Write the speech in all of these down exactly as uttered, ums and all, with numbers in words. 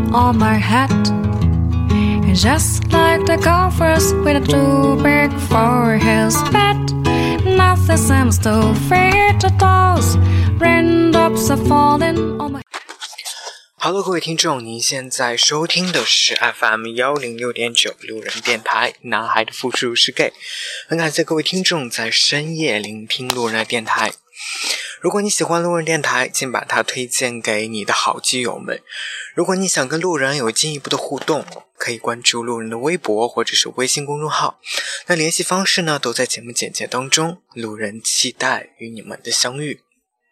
on my head. And just like the golfers with a too big for his bed, nothing seems to fit at all. Raindrops are falling on my Hello， 各位听众，您现在收听的是 F M 一零六点九 路人电台，男孩的复数是 gay。很感谢各位听众在深夜聆听路人的电台。如果你喜欢路人电台，请把它推荐给你的好基友们。如果你想跟路人有进一步的互动，可以关注路人的微博或者是微信公众号。那联系方式呢，都在节目简介当中。路人期待与你们的相遇。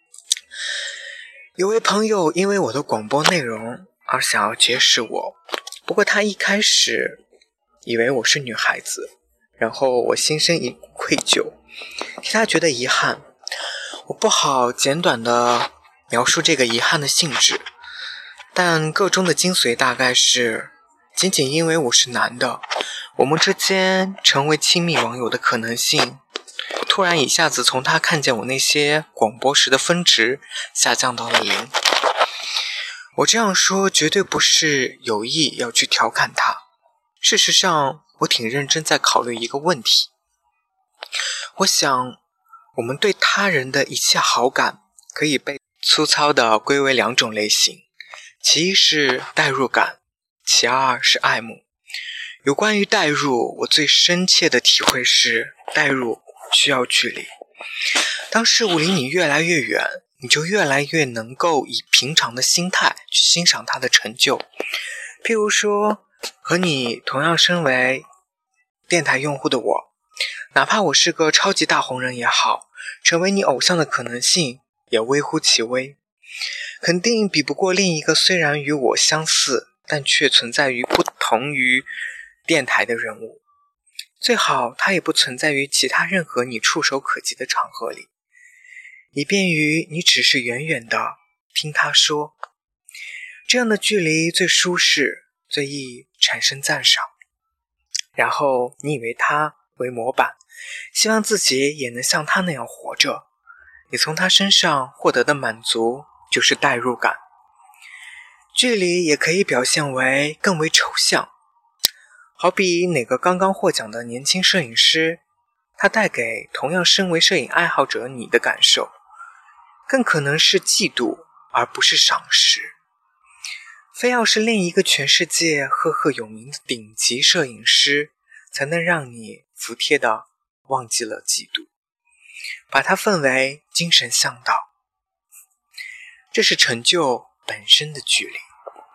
有位朋友因为我的广播内容而想要结识我，不过他一开始以为我是女孩子，然后我心生一股愧疚，替他觉得遗憾。我不好简短的描述这个遗憾的性质，但个中的精髓大概是，仅仅因为我是男的，我们之间成为亲密网友的可能性突然一下子从他看见我那些广播时的分值下降到了零。我这样说绝对不是有意要去调侃他，事实上我挺认真在考虑一个问题。我想我们对他人的一切好感可以被粗糙地归为两种类型，其一是代入感，其二是爱慕。有关于代入，我最深切的体会是，代入需要距离。当事物离你越来越远，你就越来越能够以平常的心态去欣赏它的成就。譬如说，和你同样身为电台用户的我，哪怕我是个超级大红人也好，成为你偶像的可能性也微乎其微，肯定比不过另一个虽然与我相似，但却存在于不同于电台的人物。最好它也不存在于其他任何你触手可及的场合里，以便于你只是远远的听他说。这样的距离最舒适，最易产生赞赏。然后你以为他为模板，希望自己也能像他那样活着。你从他身上获得的满足就是代入感。距离也可以表现为更为抽象，好比哪个刚刚获奖的年轻摄影师，他带给同样身为摄影爱好者你的感受，更可能是嫉妒而不是赏识。非要是另一个全世界赫赫有名的顶级摄影师，才能让你服帖地忘记了嫉妒，把它分为精神向导。这是成就本身的距离。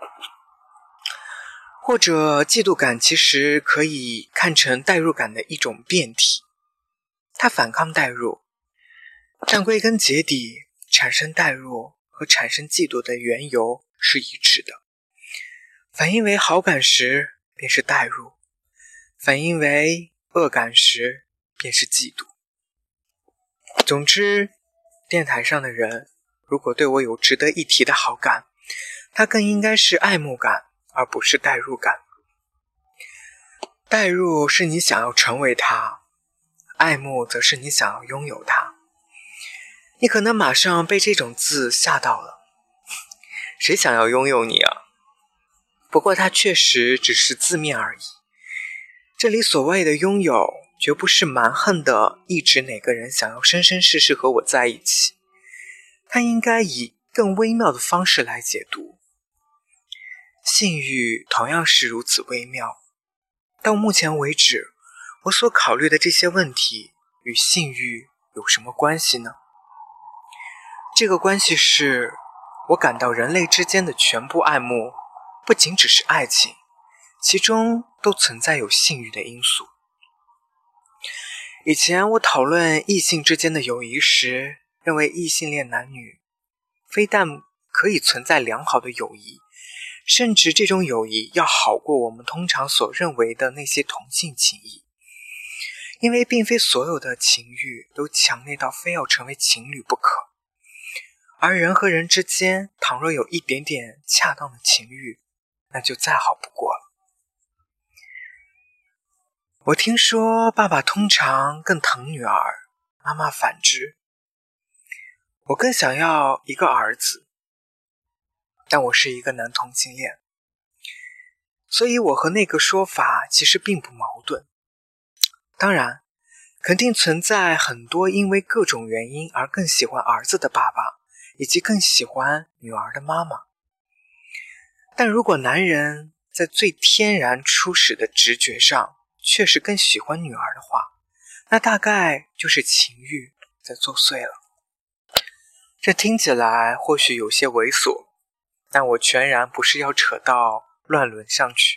或者嫉妒感其实可以看成代入感的一种变体，它反抗代入，但归根结底，产生代入和产生嫉妒的缘由是一致的。反应为好感时便是代入，反应为恶感时便是嫉妒。总之，电台上的人如果对我有值得一提的好感，它更应该是爱慕感，而不是代入感。代入是你想要成为他，爱慕则是你想要拥有他。你可能马上被这种字吓到了，谁想要拥有你啊？不过它确实只是字面而已。这里所谓的拥有，绝不是蛮横的意指哪个人想要生生世世和我在一起，它应该以更微妙的方式来解读。性欲同样是如此微妙，到目前为止，我所考虑的这些问题与性欲有什么关系呢？这个关系是，我感到人类之间的全部爱慕，不仅只是爱情，其中都存在有性欲的因素。以前我讨论异性之间的友谊时，认为异性恋男女非但可以存在良好的友谊，甚至这种友谊要好过我们通常所认为的那些同性情谊，因为并非所有的情欲都强烈到非要成为情侣不可，而人和人之间倘若有一点点恰当的情欲，那就再好不过了。我听说爸爸通常更疼女儿，妈妈反之。我更想要一个儿子，但我是一个男同性恋， 所以我和那个说法其实并不矛盾。当然，肯定存在很多因为各种原因而更喜欢儿子的爸爸，以及更喜欢女儿的妈妈。但如果男人在最天然初始的直觉上确实更喜欢女儿的话，那大概就是情欲在作祟了。这听起来或许有些猥琐，但我全然不是要扯到乱伦上去。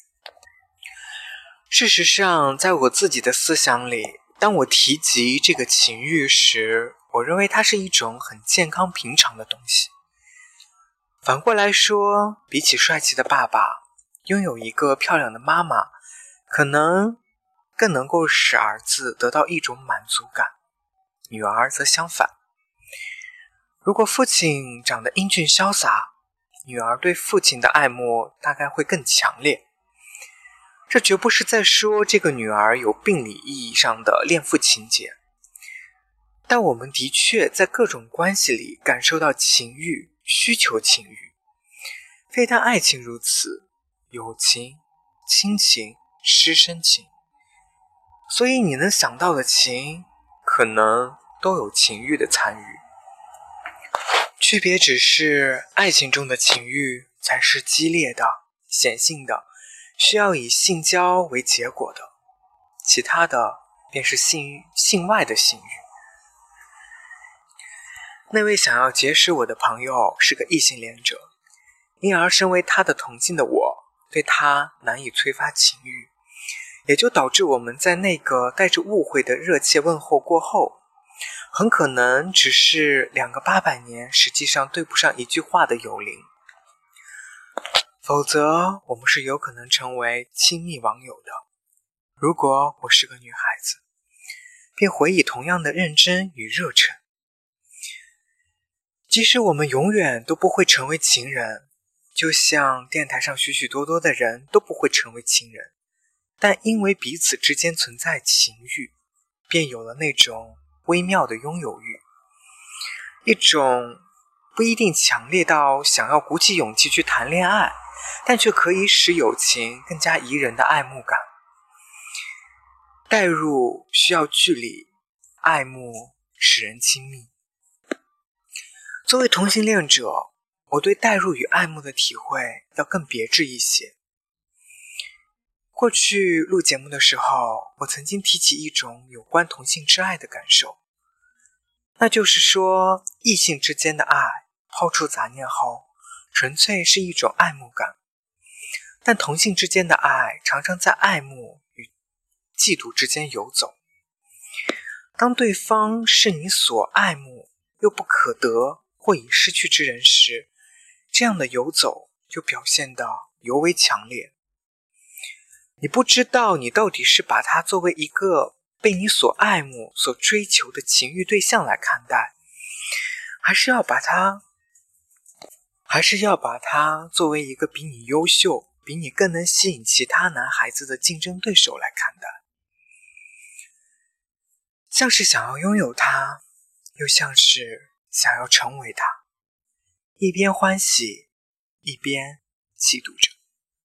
事实上，在我自己的思想里，当我提及这个情欲时，我认为它是一种很健康平常的东西。反过来说，比起帅气的爸爸，拥有一个漂亮的妈妈，可能更能够使儿子得到一种满足感，女儿则相反。如果父亲长得英俊潇洒，女儿对父亲的爱慕大概会更强烈。这绝不是在说这个女儿有病理意义上的恋父情节，但我们的确在各种关系里感受到情欲，需求情欲。非但爱情如此，友情、亲情、师生情，所以你能想到的情，可能都有情欲的参与。区别只是爱情中的情欲才是激烈的、显性的，需要以性交为结果的，其他的便是性性外的性欲。那位想要结识我的朋友是个异性恋者，因而身为他的同性的我对他难以催发情欲，也就导致我们在那个带着误会的热切问候过后，很可能只是两个八百年实际上对不上一句话的友邻。否则我们是有可能成为亲密网友的。如果我是个女孩子，便回以同样的认真与热忱。即使我们永远都不会成为情人，就像电台上许许多多的人都不会成为情人，但因为彼此之间存在情欲，便有了那种微妙的拥有欲，一种不一定强烈到想要鼓起勇气去谈恋爱，但却可以使友情更加宜人的爱慕感。代入需要距离，爱慕使人亲密。作为同性恋者，我对代入与爱慕的体会要更别致一些。过去录节目的时候，我曾经提起一种有关同性之爱的感受，那就是说，异性之间的爱抛出杂念后，纯粹是一种爱慕感，但同性之间的爱常常在爱慕与嫉妒之间游走。当对方是你所爱慕又不可得或已失去之人时，这样的游走就表现得尤为强烈。你不知道你到底是把他作为一个被你所爱慕、所追求的情欲对象来看待，还是要把他还是要把他作为一个比你优秀、比你更能吸引其他男孩子的竞争对手来看待。像是想要拥有他，又像是想要成为他，一边欢喜，一边嫉妒着。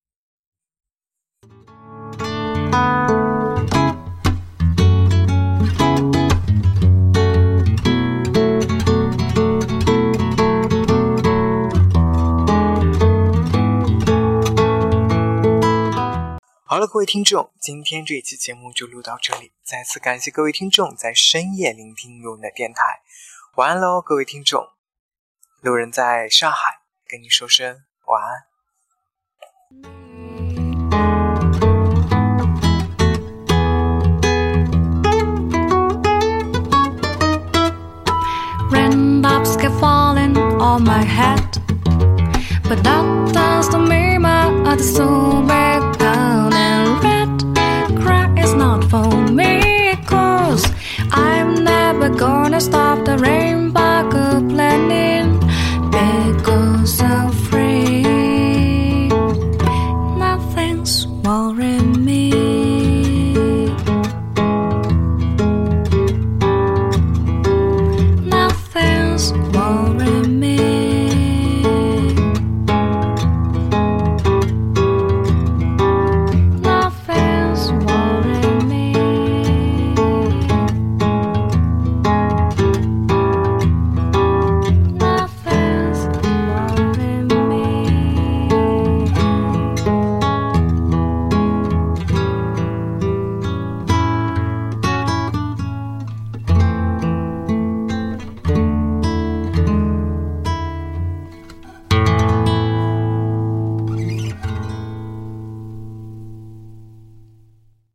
好了，各位听众，今天这一期节目就录到这里，再次感谢各位听众在深夜聆听路人的电台。晚安喽，各位听众，路人在上海跟你说声晚安。 Raindrops keep falling on my head, but that doesn't mean my heart is so back down and red. Cry is not for me, 'cause I'm never gonna stop the rain.